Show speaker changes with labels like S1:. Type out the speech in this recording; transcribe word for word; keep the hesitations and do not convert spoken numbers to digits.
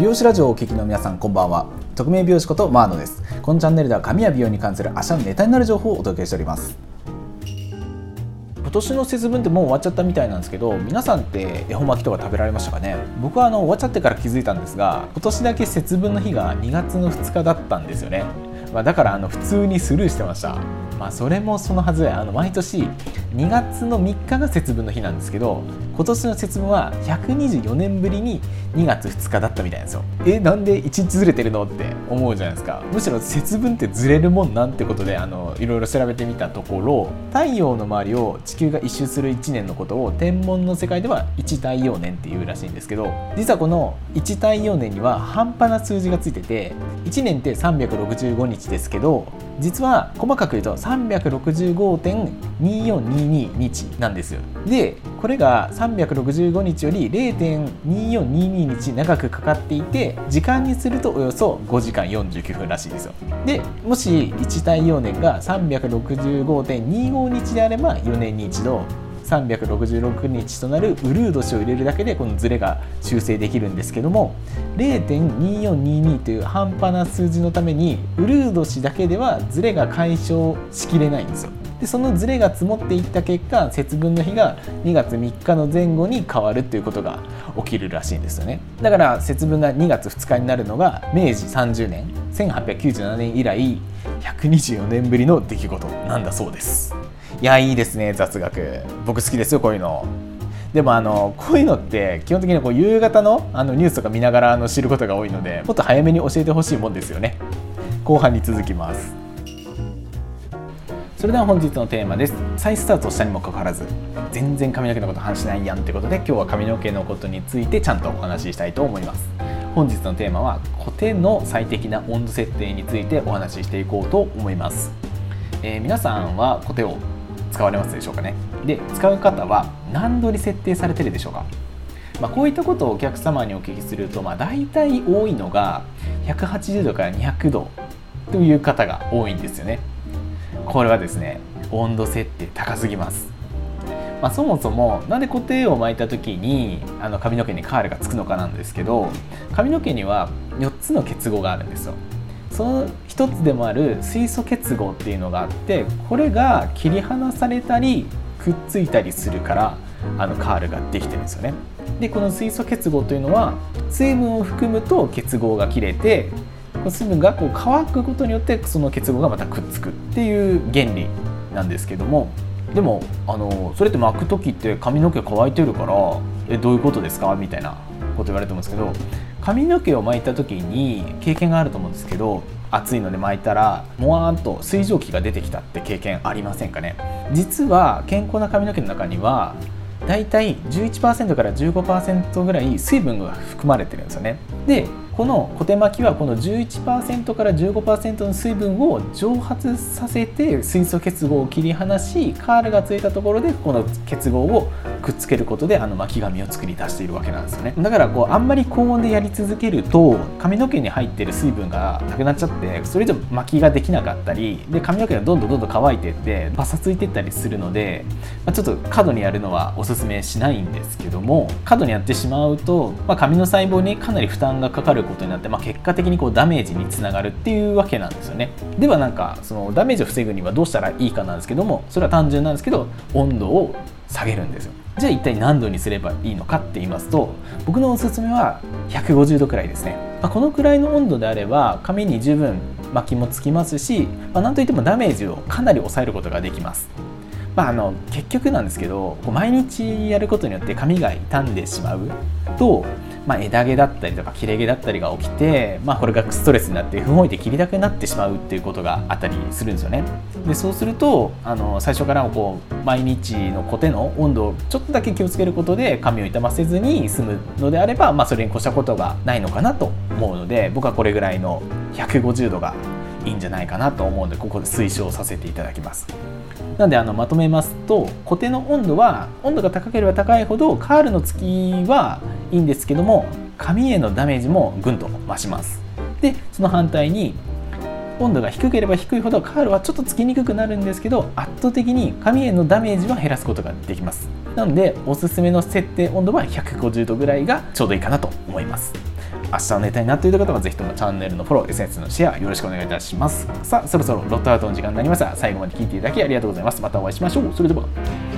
S1: 美容師ラジオをお聞きの皆さん、こんばんは。匿名美容師ことマーノです。このチャンネルでは髪や美容に関する明日のネタになる情報をお届けしております。今年の節分ってもう終わっちゃったみたいなんですけど、皆さんって恵方巻きとか食べられましたかね。僕はあの終わっちゃってから気づいたんですが、今年だけ節分の日がにがつのふつかだったんですよね。まあ、だからあの普通にスルーしてました。まあ、それもそのはずで、あの毎年にがつのみっかが節分の日なんですけど、今年の節分はひゃくにじゅうよねんぶりににがつふつかだったみたいなんですよ。え、なんでいちにちずれてるのって思うじゃないですか。むしろ節分ってずれるもんなんてことで、あのいろいろ調べてみたところ、太陽の周りを地球が一周するいちねんのことを天文の世界ではいち太陽年っていうらしいんですけど、実はこのいち太陽年には半端な数字がついてて、いちねんってさんびゃくろくじゅうごにちですけど、実は細かく言うと さんびゃくろくじゅうごてんにーよんにーにー 日なんですよ。で、これがさんびゃくろくじゅうごにちより れいてんにーよんにーにー 日長くかかっていて、時間にするとおよそごじかんよんじゅうきゅうふんらしいですよ。で、もしいち太陽年が さんびゃくろくじゅうごてんにーごにちであれば、よねんに一度さんびゃくろくじゅうろくにちとなるウルー年を入れるだけでこのズレが修正できるんですけども、 れいてんにーよんにーにー という半端な数字のためにウルー年だけではズレが解消しきれないんですよ。で、そのズレが積もっていった結果、節分の日がにがつみっかの前後に変わるということが起きるらしいんですよね。だから節分がにがつふつかになるのがめいじさんじゅうねんせんはっぴゃくきゅうじゅうななねん以来ひゃくにじゅうよねんぶりの出来事なんだそうです。いや、いいですね、雑学。僕好きですよ、こういうの。でもあのこういうのって基本的にこう夕方のあのニュースとか見ながらあの知ることが多いので、もっと早めに教えてほしいもんですよね。後半に続きます。それでは本日のテーマです。再スタートしたにもかかわらず全然髪の毛のこと話しないやんってことで、今日は髪の毛のことについてちゃんとお話ししたいと思います。本日のテーマはコテの最適な温度設定についてお話ししていこうと思います。えー、皆さんはコテを使われますでしょうかね。で、使う方は何度に設定されてるでしょうか。まあ、こういったことをお客様にお聞きすると、まあ、大体多いのがひゃくはちじゅうどからにひゃくどという方が多いんですよね。これはですね、温度設定高すぎます。まあ、そもそもなんでコテを巻いた時にあの髪の毛にカールがつくのかなんですけど、髪の毛にはよっつの結合があるんですよ。その一つでもある水素結合っていうのがあって、これが切り離されたりくっついたりするからあのカールができてるんですよね。で、この水素結合というのは水分を含むと結合が切れて、水分がこう乾くことによってその結合がまたくっつくっていう原理なんですけども、でもあのそれって巻く時って髪の毛乾いてるからえどういうことですかみたいなこと言われてますけど、髪の毛を巻いた時に経験があると思うんですけど、暑いので巻いたらもわーんと水蒸気が出てきたって経験ありませんかね。実は健康な髪の毛の中にはだいたい じゅういちパーセント から じゅうごパーセント ぐらい水分が含まれてるんですよね。で、このコテ巻きはこの じゅういちパーセント から じゅうごパーセント の水分を蒸発させて水素結合を切り離し、カールがついたところでこの結合をくっつけることであの巻き髪を作り出しているわけなんですよね。だからこうあんまり高温でやり続けると髪の毛に入っている水分がなくなっちゃって、それ以上巻きができなかったりで、髪の毛がどんどんどんどん乾いていってパサついていったりするので、まあ、ちょっと過度にやるのはおすすめしないんですけども、過度にやってしまうと、まあ、髪の細胞にかなり負担がかかることになって、まあ、結果的にこうダメージにつながるっていうわけなんですよね。ではなんかそのダメージを防ぐにはどうしたらいいかなんですけども、それは単純なんですけど温度を下げるんですよ。じゃあ一体何度にすればいいのかって言いますと、僕のおすすめはひゃくごじゅうどくらいですね。まあ、このくらいの温度であれば髪に十分巻きもつきますし、まあ、なんといってもダメージをかなり抑えることができます。まあ、あの結局なんですけど、こう毎日やることによって髪が傷んでしまうと、まあ、枝毛だったりとか切れ毛だったりが起きて、まあ、これがストレスになって不本意で切りたくなってしまうっていうことがあったりするんですよね。で、そうするとあの最初からこう毎日のコテの温度をちょっとだけ気をつけることで髪を傷ませずに済むのであれば、まあ、それに越したことがないのかなと思うので、僕はこれぐらいのひゃくごじゅうどがいいんじゃないかなと思うので、ここで推奨させていただきます。なのであのまとめますと、コテの温度は温度が高ければ高いほどカールのつきはいいんですけども、髪へのダメージもぐんと増します。で、その反対に温度が低ければ低いほどカールはちょっとつきにくくなるんですけど、圧倒的に髪へのダメージは減らすことができます。なのでおすすめの設定温度はひゃくごじゅうどぐらいがちょうどいいかなと思います。 明日のネタになっている方はぜひともチャンネルのフォロー、エスエヌエス のシェアよろしくお願いいたします。さあそろそろロットアウトの時間になりました。最後まで聞いていただきありがとうございます。またお会いしましょう。それでは。